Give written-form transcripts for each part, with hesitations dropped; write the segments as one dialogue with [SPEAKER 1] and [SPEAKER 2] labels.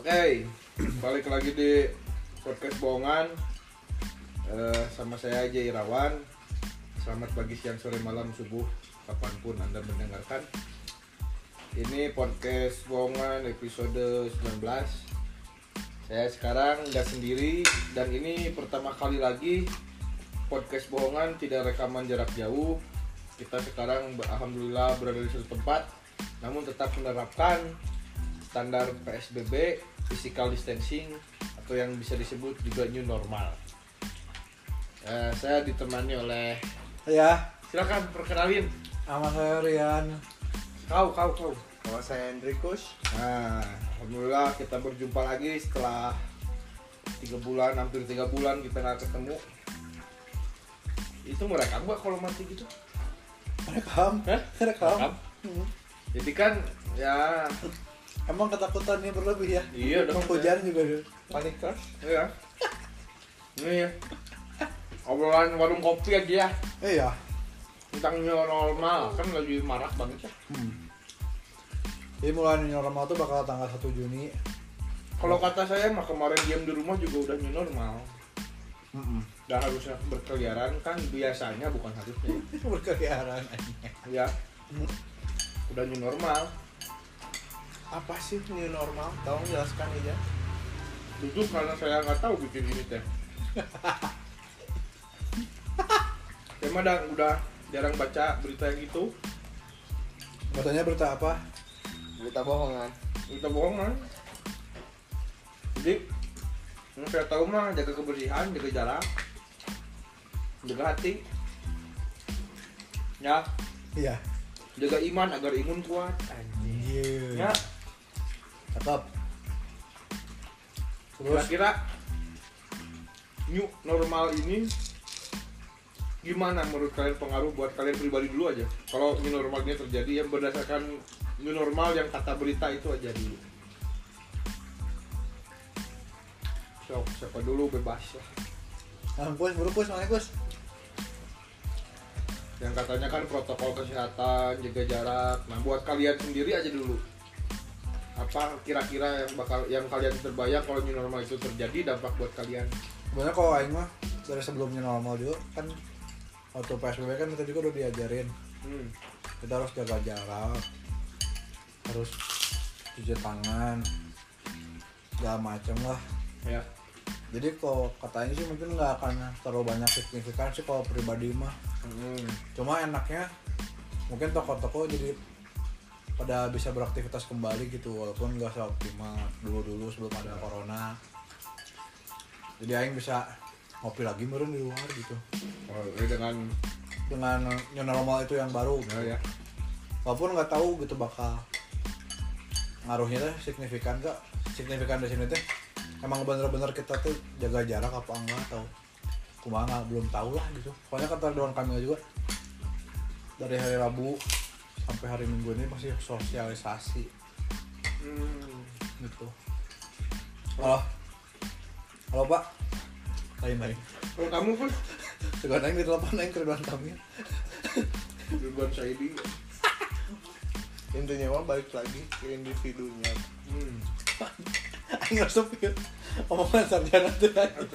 [SPEAKER 1] Oke, balik lagi di podcast bohongan sama saya aja Irawan. Selamat pagi, siang, sore, malam, subuh, kapanpun Anda mendengarkan. Ini podcast bohongan episode 19. Saya sekarang nggak sendiri dan ini pertama kali lagi podcast bohongan tidak rekaman jarak jauh. Kita sekarang alhamdulillah berada di satu tempat, namun tetap menerapkan standar PSBB, physical distancing, atau yang bisa disebut juga new normal. Saya ditemani oleh, silakan perkenalin.
[SPEAKER 2] Nama saya Rian.
[SPEAKER 1] Kau.
[SPEAKER 3] Nama saya Hendrikus.
[SPEAKER 1] Nah, alhamdulillah kita berjumpa lagi setelah 3 bulan, hampir 3 bulan kita nggak ketemu. Itu merekam nggak kalau mati gitu?
[SPEAKER 2] Rekam.
[SPEAKER 1] Rekam. Jadi kan ya.
[SPEAKER 2] Emang ketakutannya berlebih ya?
[SPEAKER 1] Iya,
[SPEAKER 2] emang hujan juga
[SPEAKER 3] Panik keras.
[SPEAKER 1] Iya. Ini ya. Obrolan warung kopi aja ya.
[SPEAKER 2] Iya.
[SPEAKER 1] Tentang new normal kan lagi marak banget ya.
[SPEAKER 2] Jadi mulai new normal tuh bakal tanggal 1 Juni.
[SPEAKER 1] Kalau kata saya mah kemarin diam di rumah juga udah new normal. Udah harusnya berkeliaran kan biasanya bukan harusnya.
[SPEAKER 2] Berkeliaran.
[SPEAKER 1] Ya. Udah new normal.
[SPEAKER 3] Apa sih new normal? Tolong jelaskan aja.
[SPEAKER 1] Jujur karena saya nggak tahu bikin ini teh. Saya mah udah jarang baca berita yang gitu.
[SPEAKER 2] Katanya berita apa?
[SPEAKER 3] Berita bohongan.
[SPEAKER 1] Berita bohongan. Jadi yang saya tahu mah jaga kebersihan, jaga jarak, jaga hati. Ya,
[SPEAKER 2] Iya.
[SPEAKER 1] jaga iman agar imun kuat.
[SPEAKER 2] Iya.
[SPEAKER 1] Ya,
[SPEAKER 2] Cakep. Terus
[SPEAKER 1] kira-kira new normal ini gimana menurut kalian pengaruh buat kalian pribadi dulu aja? Kalau new normal ini terjadi ya berdasarkan new normal yang kata berita itu aja dulu. So, siapa dulu bebas lah.
[SPEAKER 2] Kus, mana Kus?
[SPEAKER 1] Yang katanya kan protokol kesehatan, jaga jarak. Nah, buat kalian sendiri aja dulu. Apa kira-kira yang kalian terbayang kalau new normal itu terjadi dampak buat kalian?
[SPEAKER 2] Sebenarnya kalau aing mah dari sebelumnya normal juga kan waktu PSBB kan kita juga udah diajarin. Kita harus jaga jarak. Harus cuci tangan. Segala macam lah.
[SPEAKER 1] Ya.
[SPEAKER 2] Jadi kalau katanya sih mungkin nggak akan terlalu banyak signifikan sih kalau pribadi mah. Cuma enaknya mungkin toko-toko jadi pada bisa beraktivitas kembali gitu walaupun nggak seoptimal dulu sebelum ada corona. Jadi aing bisa ngopi lagi meureun di luar gitu.
[SPEAKER 1] Oh, ini dengan
[SPEAKER 2] new normal itu yang baru gitu.
[SPEAKER 1] ya.
[SPEAKER 2] Walaupun nggak tahu gitu bakal ngaruhnya teh signifikan nggak? Signifikan di sini teh emang bener-bener kita tuh jaga jarak apa enggak atau kumaha belum tahu lah gitu. Pokoknya kata Dewan Kamil juga dari hari Rabu sampai hari Minggu ini masih sosialisasi gitu. Halo Pak. Lain.
[SPEAKER 1] Kalau kamu pun
[SPEAKER 2] Sekarang yang di telepon yang ke Dewan Kamil.
[SPEAKER 1] Ridwan Saidi.
[SPEAKER 3] Intinya mah balik lagi ke individunya.
[SPEAKER 2] Aing resep ya. Omongan sarjana tuh.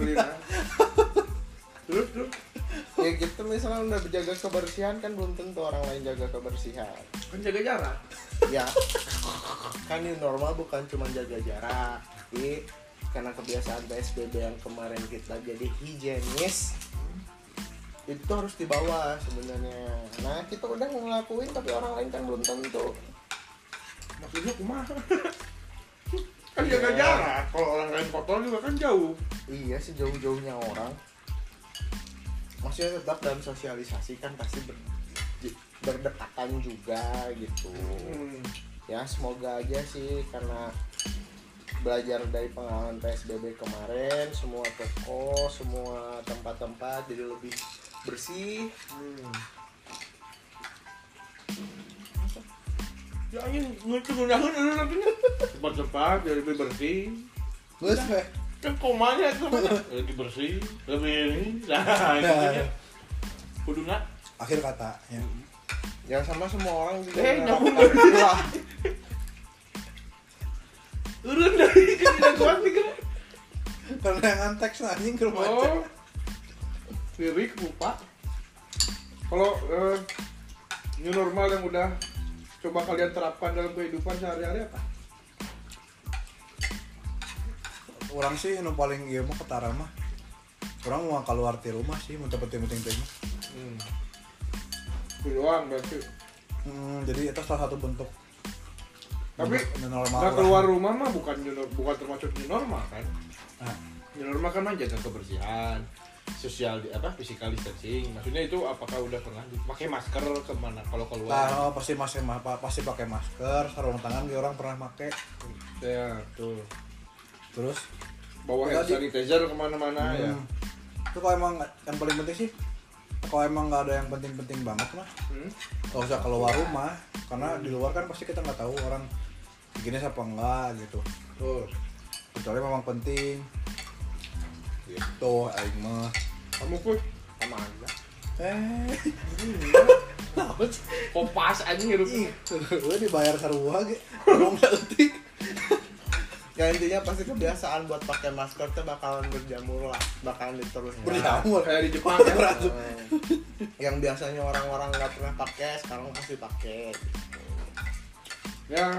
[SPEAKER 1] Terus
[SPEAKER 3] Ya gitu misalnya udah menjaga kebersihan kan belum tentu orang lain jaga kebersihan.
[SPEAKER 1] kan jaga jarak.
[SPEAKER 3] Ya. Kan new normal bukan cuma jaga jarak, tapi karena kebiasaan PSBB yang kemarin kita jadi higienis itu harus dibawa sebenarnya. Nah kita udah ngelakuin tapi orang lain kan belum tentu.
[SPEAKER 1] Maksudnya kumaha? Kan jaga jarak. Kalau orang lain kotor juga kan jauh.
[SPEAKER 3] Iya sejauh-jauhnya orang. Maksudnya tetap dalam sosialisasi kan pasti berdekatan juga gitu. Ya semoga aja sih karena belajar dari pengalaman PSBB kemarin semua toko, semua tempat-tempat jadi lebih bersih.
[SPEAKER 1] Ya ini ngeundangan dulu nantinya. Cepat-cepat jadi lebih bersih.
[SPEAKER 2] Terus
[SPEAKER 1] Kan komanya itu lebih bersih, lebih ini. Nah, itu kuduna.
[SPEAKER 2] akhir kata ya.
[SPEAKER 3] Ya sama semua orang juga
[SPEAKER 1] nyambung
[SPEAKER 3] melakukan itulah.
[SPEAKER 1] Urun dari tidak kuat nih kan.
[SPEAKER 2] Karena yang antek anjing ke rumah aja.
[SPEAKER 1] Oh. Lirik lupa. Kalau new normal yang udah coba kalian terapkan dalam kehidupan sehari-hari apa?
[SPEAKER 2] Orang sih yang paling iya mah ketara mah. Orang mau keluar di rumah sih, mau penting-penting teh.
[SPEAKER 1] Doang berarti.
[SPEAKER 2] Jadi itu salah satu bentuk.
[SPEAKER 1] Tapi
[SPEAKER 2] new normal.
[SPEAKER 1] nggak keluar rumah mah bukan termasuk new normal kan?
[SPEAKER 2] Nah,
[SPEAKER 1] New normal kan menjaga kebersihan, sosial physical distancing. Maksudnya itu apakah udah pernah pakai masker kemana kalau keluar?
[SPEAKER 2] pasti pakai masker, sarung tangan dia orang pernah pakai.
[SPEAKER 1] Ya tuh.
[SPEAKER 2] Terus
[SPEAKER 1] Bawa hand sanitizer kemana-mana ya.
[SPEAKER 2] Itu kalau emang yang paling penting sih, kalau emang nggak ada yang penting-penting banget mah, nggak usah keluar rumah, karena di luar kan pasti kita nggak tahu orang begini apa enggak gitu.
[SPEAKER 1] Tuh.
[SPEAKER 2] Kecuali memang penting. Gitu, aing mah.
[SPEAKER 1] Kamu pun
[SPEAKER 3] sama aja.
[SPEAKER 1] kopas aja hidup.
[SPEAKER 2] Gue dibayar sarua ge. Ngomong leutik.
[SPEAKER 3] Ya intinya pasti kebiasaan buat pakai masker tuh bakalan berjamur lah, bakalan diteruskan.
[SPEAKER 2] Berjamur
[SPEAKER 1] Kayak di Jepang ya.
[SPEAKER 3] Yang biasanya orang-orang nggak pernah pakai, sekarang pasti pakai.
[SPEAKER 1] Ya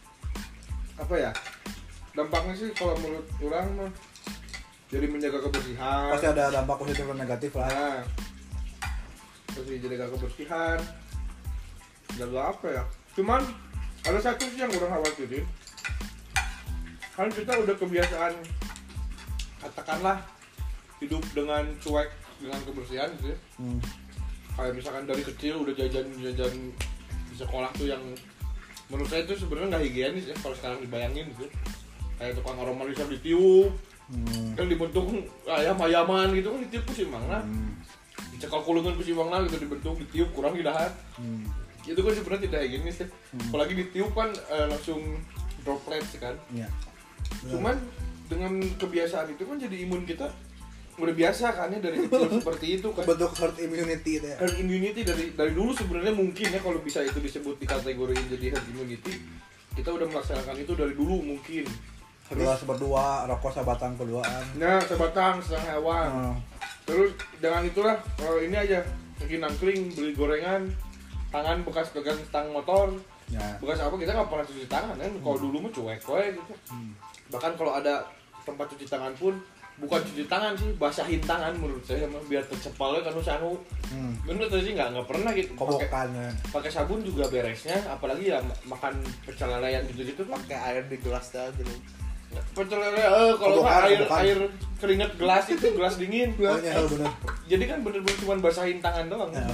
[SPEAKER 1] apa ya? Dampaknya sih kalau menurut orang mah jadi menjaga kebersihan.
[SPEAKER 2] Pasti ada dampak positif dan negatif lah.
[SPEAKER 1] Nah, terus jaga kebersihan. Jaga apa ya? Cuman ada satu sih yang orang khawatirin. Kan kita udah kebiasaan katakanlah hidup dengan cuek dengan kebersihan gitu ya. Kayak misalkan dari kecil udah jajan di sekolah tuh yang menurut saya itu sebenarnya nggak higienis ya kalau sekarang dibayangin gitu. Kayak tukang aroma bisa ditiup, kan dibentuk ayam-ayaman gitu kan ditiup ku si mangna. Dicekal kulungan ku si mangna gitu dibentuk ditiup kurang hidahat. Itu kan sebenarnya tidak higienis ya. Apalagi ditiup kan langsung droplet kan.
[SPEAKER 2] Iya.
[SPEAKER 1] Cuman dengan kebiasaan itu kan jadi imun kita udah biasa kan ya dari kecil seperti itu kan.
[SPEAKER 2] Bentuk herd immunity itu ya.
[SPEAKER 1] Herd immunity dari dulu sebenarnya mungkin ya kalau bisa itu disebut dikategoriin jadi herd immunity. Kita udah melaksanakan itu dari dulu mungkin.
[SPEAKER 2] Gelas berdua, rokok sabatang keduaan.
[SPEAKER 1] Nah, sebatang setengah hewan. Terus dengan itulah kalau ini aja mungkin nangkring beli gorengan, tangan bekas pegang stang motor.
[SPEAKER 2] Ya.
[SPEAKER 1] Bekas apa kita nggak pernah cuci tangan kan? Kalau dulu mah cuek gitu. Bahkan kalau ada tempat cuci tangan pun bukan cuci tangan sih, basahin tangan menurut saya biar tercepalnya kan sanu. Bener tuh sih nggak pernah gitu.
[SPEAKER 2] Kobokannya.
[SPEAKER 1] Pakai sabun juga beresnya, apalagi ya makan pecel lelean gitu-gitu kan.
[SPEAKER 3] Pakai air di gelas aja dulu.
[SPEAKER 1] Pecel lele kalau nggak air keringat gelas itu gelas dingin.
[SPEAKER 2] Oh, ya, bener.
[SPEAKER 1] Jadi kan bener-bener cuma basahin tangan doang,
[SPEAKER 2] Ya,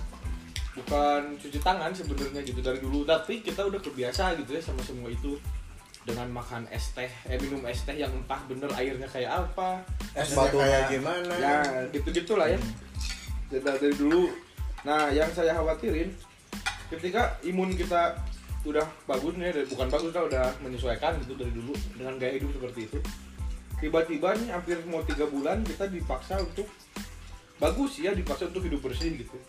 [SPEAKER 1] bukan cuci tangan sebenarnya gitu dari dulu. Tapi kita udah kebiasa gitu ya sama semua itu. Dengan makan es teh, minum es teh yang entah bener airnya kayak apa,
[SPEAKER 2] Es
[SPEAKER 3] Kayak
[SPEAKER 2] batunya.
[SPEAKER 3] gimana?
[SPEAKER 1] ya gitu-gitulah ya. Dari dulu. Nah, yang saya khawatirin ketika imun kita udah bagus nih, bukan bagus lah, udah menyesuaikan gitu dari dulu dengan gaya hidup seperti itu. Tiba-tiba nih hampir mau 3 bulan kita dipaksa untuk bagus ya, dipaksa untuk hidup bersih gitu.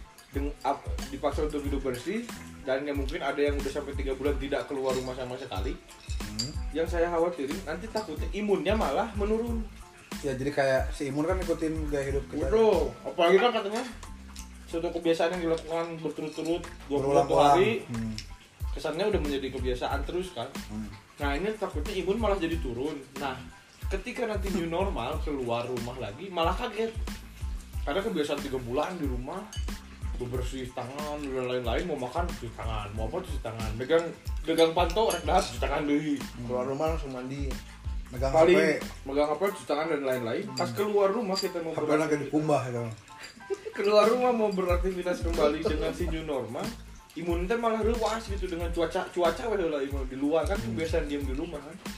[SPEAKER 1] Dipaksa untuk hidup bersih dan ya mungkin ada yang udah sampai 3 bulan tidak keluar rumah sama sekali. Yang saya khawatirin nanti takutnya imunnya malah menurun.
[SPEAKER 2] Ya jadi kayak si imun kan ikutin gaya hidup kita.
[SPEAKER 1] Betul, apalagi kan katanya suatu kebiasaan yang dilakukan berturut-turut 21 hari kesannya udah menjadi kebiasaan terus kan. Nah ini takutnya imun malah jadi turun. Nah ketika nanti new normal keluar rumah lagi malah kaget karena kebiasaan 3 bulan di rumah bersih tangan dan lain-lain, mau makan cuci tangan, mau apa cuci tangan, megang pantau rek dahar cuci tangan deui.
[SPEAKER 3] Keluar rumah langsung mandi.
[SPEAKER 2] Megang
[SPEAKER 1] Paling
[SPEAKER 2] HP.
[SPEAKER 1] megang apa cuci tangan dan lain-lain. Pas keluar rumah kita mau
[SPEAKER 2] HP lagi dikumbah gitu.
[SPEAKER 1] keluar rumah mau beraktivitas kembali dengan si new normal, imunitas malah luas gitu dengan cuaca lah imun di luar kan kebiasaan diam di rumah kan.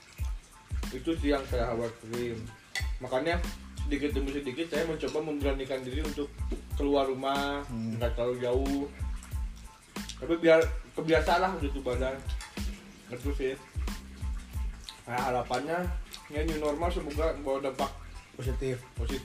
[SPEAKER 1] Itu sih yang saya khawatirin. Makanya sedikit demi sedikit saya mencoba memberanikan diri untuk keluar rumah, nggak terlalu jauh. Tapi biar kebiasaan lah gitu badan. Itu sih. Nah, harapannya ya new normal semoga membawa dampak
[SPEAKER 2] Positif.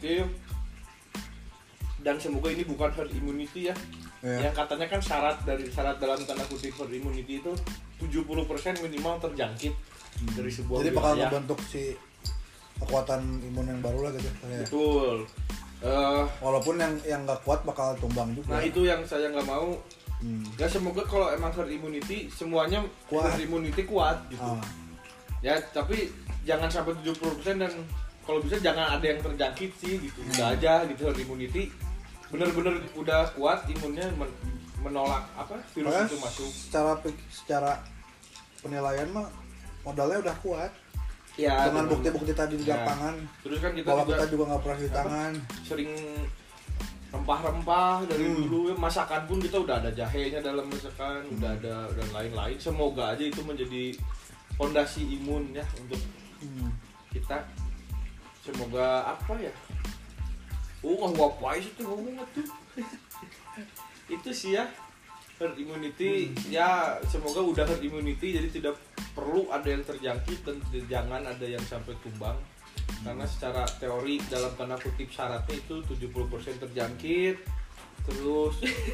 [SPEAKER 1] Dan semoga ini bukan herd immunity ya. Yang katanya kan syarat dalam tanda kutip herd immunity itu 70% minimal terjangkit. dari sebuah
[SPEAKER 2] jadi bakal
[SPEAKER 1] wilayah.
[SPEAKER 2] ngebentuk si kekuatan imun yang baru lah gitu.
[SPEAKER 1] Betul.
[SPEAKER 2] Walaupun yang nggak kuat bakal tumbang juga.
[SPEAKER 1] Nah itu yang saya nggak mau. Ya semoga kalau emang herd immunity semuanya
[SPEAKER 2] Kuat.
[SPEAKER 1] herd immunity kuat gitu. Ya tapi jangan sampai 70% dan kalau bisa jangan ada yang terjangkit sih gitu. Udah aja gitu herd immunity bener-bener udah kuat imunnya menolak apa virus
[SPEAKER 2] Makanya
[SPEAKER 1] itu masuk.
[SPEAKER 2] Secara penilaian mah modalnya udah kuat.
[SPEAKER 1] Ya,
[SPEAKER 2] dengan bukti-bukti tadi di lapangan.
[SPEAKER 1] Terus kan kita
[SPEAKER 2] bahwa
[SPEAKER 1] juga
[SPEAKER 2] kita juga nggak pernah cuci tangan.
[SPEAKER 1] Sering rempah-rempah dari dulu masakan pun kita udah ada jahenya dalam masakan, udah ada dan lain-lain. Semoga aja itu menjadi fondasi imun ya untuk kita. Semoga apa ya? Ngapain sih tuh ngomong tuh? Itu sih ya herd immunity ya semoga udah herd immunity jadi tidak perlu ada yang terjangkit dan jangan ada yang sampai tumbang karena secara teori dalam tanda kutip syaratnya itu 70% terjangkit terus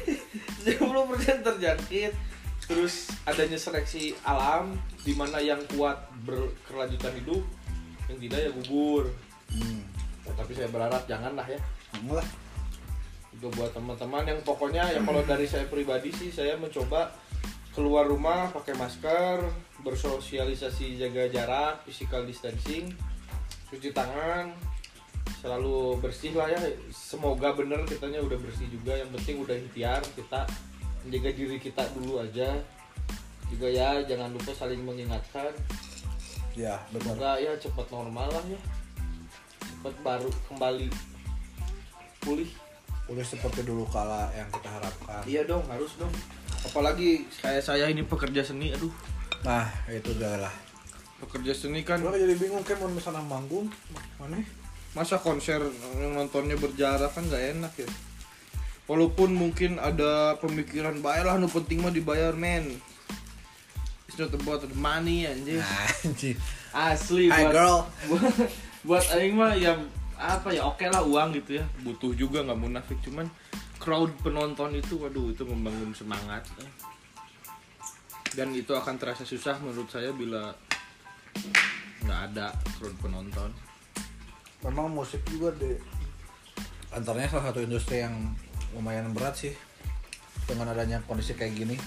[SPEAKER 1] 70% terjangkit terus adanya seleksi alam di mana yang kuat berkelanjutan hidup yang tidak ya gugur. Nah, tapi saya berharap janganlah ya.
[SPEAKER 2] Enggak.
[SPEAKER 1] Itu buat teman-teman yang pokoknya ya kalau dari saya pribadi sih saya mencoba keluar rumah pakai masker, bersosialisasi jaga jarak, physical distancing, cuci tangan, selalu bersih lah ya. Semoga bener kitanya udah bersih juga. Yang penting udah ikhtiar kita menjaga diri kita dulu aja. Juga ya jangan lupa saling mengingatkan.
[SPEAKER 2] Ya, benar.
[SPEAKER 1] Semoga ya cepat normal lah ya. Cepat baru kembali pulih
[SPEAKER 2] seperti dulu kala yang kita harapkan.
[SPEAKER 1] Iya dong, harus dong. Apalagi kayak saya ini pekerja seni, aduh.
[SPEAKER 2] Nah, itu udah lah.
[SPEAKER 1] Pekerja seni kan
[SPEAKER 2] Gua jadi bingung kan mau misalnya manggung mana?
[SPEAKER 1] masa konser yang nontonnya berjarak kan gak enak ya. Walaupun mungkin ada pemikiran baiklah nu penting mah dibayar men. It's not about the money anjir.
[SPEAKER 2] Anjir.
[SPEAKER 1] Asli
[SPEAKER 2] Hi girl.
[SPEAKER 1] buat aing mah ya apa ya oke lah uang gitu ya butuh juga nggak munafik cuman crowd penonton itu waduh itu membangun semangat dan itu akan terasa susah menurut saya bila nggak ada crowd penonton.
[SPEAKER 2] Memang musik juga antaranya salah satu industri yang lumayan berat sih dengan adanya kondisi kayak gini.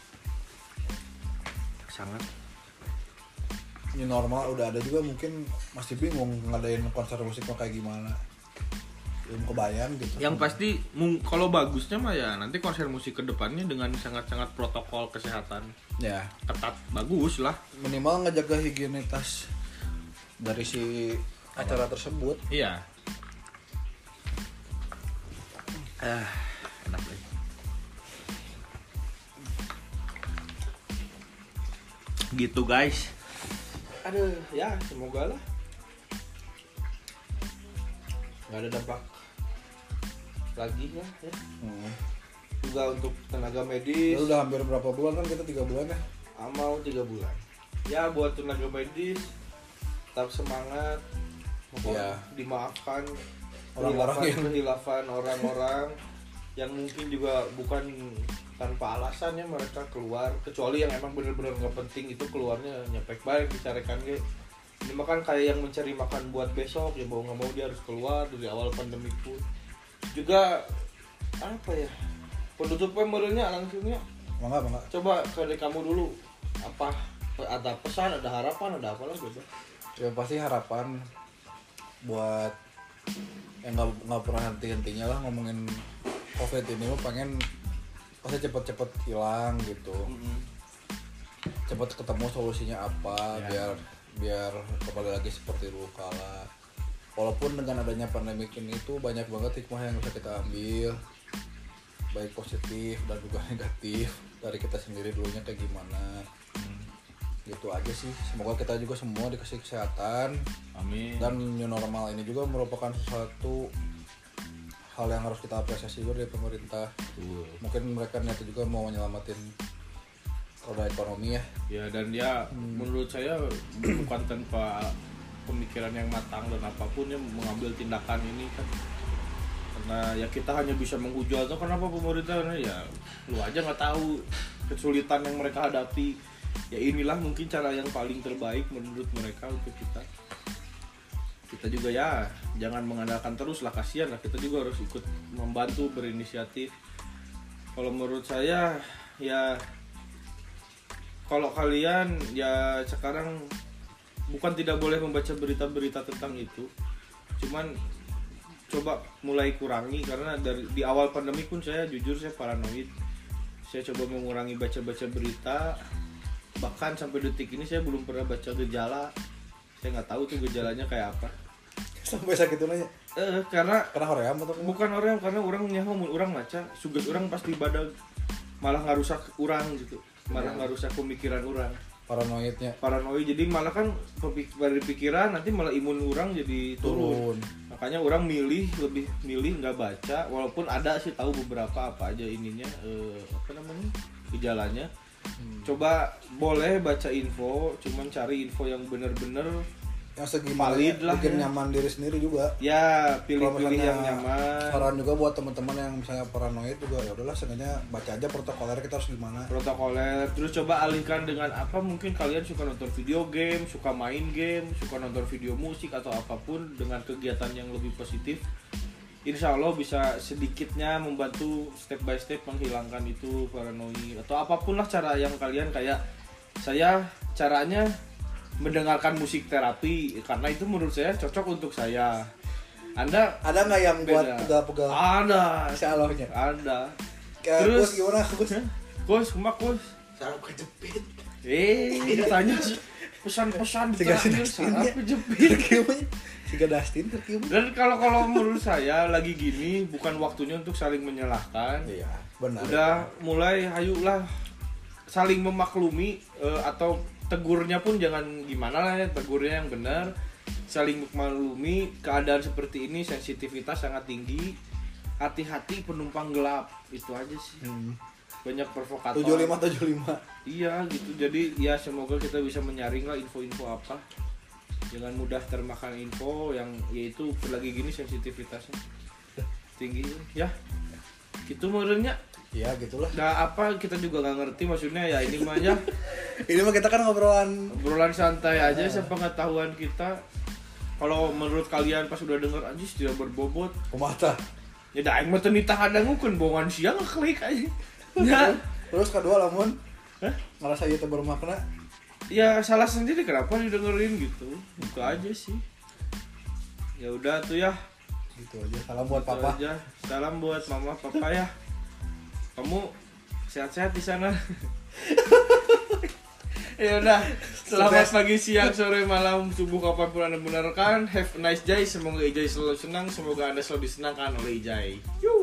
[SPEAKER 1] Sangat
[SPEAKER 2] Ini normal udah ada juga mungkin masih bingung ngadain konser musik mau kayak gimana. Belum kebayang gitu.
[SPEAKER 1] yang pasti kalau bagusnya mah ya nanti konser musik kedepannya dengan sangat-sangat protokol kesehatan
[SPEAKER 2] ya
[SPEAKER 1] ketat bagus lah
[SPEAKER 2] minimal ngejaga higienitas dari si acara tersebut.
[SPEAKER 1] iya. Enak deh. Gitu guys. Aduh, ya semoga lah nggak ada dampak lagi ya. Juga untuk tenaga medis.
[SPEAKER 2] Ya udah hampir berapa bulan kan kita 3 bulan ya.
[SPEAKER 1] Mau 3 bulan. Ya buat tenaga medis tetap semangat.
[SPEAKER 2] Ya.
[SPEAKER 1] Dimaafkan
[SPEAKER 2] Orang-orang
[SPEAKER 1] orang-orang yang mungkin juga bukan tanpa alasan ya mereka keluar kecuali yang emang bener-bener nggak penting itu keluarnya nyepek baik dicarekan gitu. Ini makan kayak yang mencari makan buat besok ya mau nggak mau dia harus keluar dari awal pandemi pun juga apa ya penutupnya merenya langsungnya
[SPEAKER 2] Mangga.
[SPEAKER 1] coba dari kamu dulu apa ada pesan ada harapan ada apa lah gitu.
[SPEAKER 2] Ya pasti harapan buat yang nggak pernah henti-hentinya lah ngomongin COVID ini mah pengen pasti cepet-cepet hilang gitu. Cepet ketemu solusinya apa
[SPEAKER 1] ya.
[SPEAKER 2] biar kembali lagi seperti dulu kala. Walaupun dengan adanya pandemi ini tuh banyak banget hikmah yang bisa kita ambil, baik positif dan juga negatif dari kita sendiri dulunya kayak gimana. Gitu aja sih. Semoga kita juga semua dikasih kesehatan.
[SPEAKER 1] Amin.
[SPEAKER 2] Dan new normal ini juga merupakan sesuatu hal yang harus kita apresiasi juga dari pemerintah. Mungkin mereka niatnya juga mau menyelamatin roda ekonomi ya.
[SPEAKER 1] Ya dan ya menurut saya bukan tanpa pemikiran yang matang dan apapun yang mengambil tindakan ini kan. Karena ya kita hanya bisa menghujat atau kenapa pemerintah ya lu aja nggak tahu kesulitan yang mereka hadapi ya inilah mungkin cara yang paling terbaik menurut mereka untuk kita juga ya jangan mengandalkan terus lah, kasihan lah, kita juga harus ikut membantu berinisiatif. Kalau menurut saya ya kalau kalian ya sekarang bukan tidak boleh membaca berita-berita tentang itu, cuman coba mulai kurangi, karena di awal pandemi pun saya jujur saya paranoid. Saya coba mengurangi baca-baca berita, bahkan sampai detik ini saya belum pernah baca gejala. Saya nggak tahu tuh gejalanya kayak apa.
[SPEAKER 2] Sampai sakit nanya.
[SPEAKER 1] Karena
[SPEAKER 2] hoream atau
[SPEAKER 1] bukan orang, karena orang nyaho orang maca, sugas orang pasti badag malah ngarusak orang gitu, malah ngarusak pemikiran orang. Paranoid, jadi malah kan dari pikiran nanti malah imun orang jadi turun. Makanya orang lebih milih nggak baca, walaupun ada sih tahu beberapa apa aja ininya gejalanya. Coba boleh baca info, cuman cari info yang benar-benar
[SPEAKER 2] yang segi valid lah, bikin nyaman diri sendiri juga.
[SPEAKER 1] Ya, pilih-pilih yang nyaman.
[SPEAKER 2] Saran juga buat teman-teman yang misalnya paranoid juga, ya udahlah sengaja baca aja protokoler kita harus gimana.
[SPEAKER 1] Protokoler, terus coba alihkan dengan apa, mungkin kalian suka nonton video game, suka main game, suka nonton video musik atau apapun dengan kegiatan yang lebih positif. Insya Allah bisa sedikitnya membantu step by step menghilangkan itu paranoid atau apapun lah cara yang kalian, kayak saya caranya mendengarkan musik terapi, karena itu menurut saya cocok untuk saya. Anda
[SPEAKER 2] ada nggak yang beda? Buat pegal-pegal?
[SPEAKER 1] Ada,
[SPEAKER 2] insyaalahnya
[SPEAKER 1] ada.
[SPEAKER 2] Terus gimana Kus?
[SPEAKER 1] Kus
[SPEAKER 3] sarap kejepit.
[SPEAKER 1] Tanya pesan-pesan terakhir sarap kejepit.
[SPEAKER 2] Tiga Dustin terkium.
[SPEAKER 1] Dan kalau menurut saya lagi gini bukan waktunya untuk saling menyalahkan.
[SPEAKER 2] Iya, benar.
[SPEAKER 1] Udah mulai hayulah saling memaklumi, atau tegurnya pun jangan gimana lah ya, tegurnya yang benar, saling memaklumi keadaan seperti ini, sensitivitas sangat tinggi, hati-hati penumpang gelap, itu aja sih. Banyak provokator
[SPEAKER 2] 75
[SPEAKER 1] iya gitu, jadi ya semoga kita bisa menyaring lah info-info apa, jangan mudah termakan info yang yaitu lagi gini sensitivitasnya tinggi ya, gitu menurutnya.
[SPEAKER 2] Ya gitulah.
[SPEAKER 1] Nah apa kita juga nggak ngerti maksudnya ya, ini mah ya.
[SPEAKER 2] Ini mah kita kan ngobrolan
[SPEAKER 1] santai aja, sepengetahuan kita. Kalau menurut kalian pas udah denger anjis tidak berbobot,
[SPEAKER 2] kumata.
[SPEAKER 1] Ya dah aing mah teu nitahadangukeun bongan siang ngeklik aja. Ya.
[SPEAKER 2] Terus kedua lamun ngerasa ieu teh bermakna.
[SPEAKER 1] Ya salah sendiri kenapa didengerin gitu. Itu aja sih. Ya udah tuh ya.
[SPEAKER 2] Gitu aja. Salam buat
[SPEAKER 1] gitu
[SPEAKER 2] papa.
[SPEAKER 1] Aja. Salam buat mama papa ya. Kamu sehat-sehat di sana. Ya udah, selamat pagi, siang, sore, malam, subuh kapanpun Anda mendengarkan. Have a nice day. Semoga Ijay selalu senang. Semoga Anda selalu disenangkan oleh Ijay.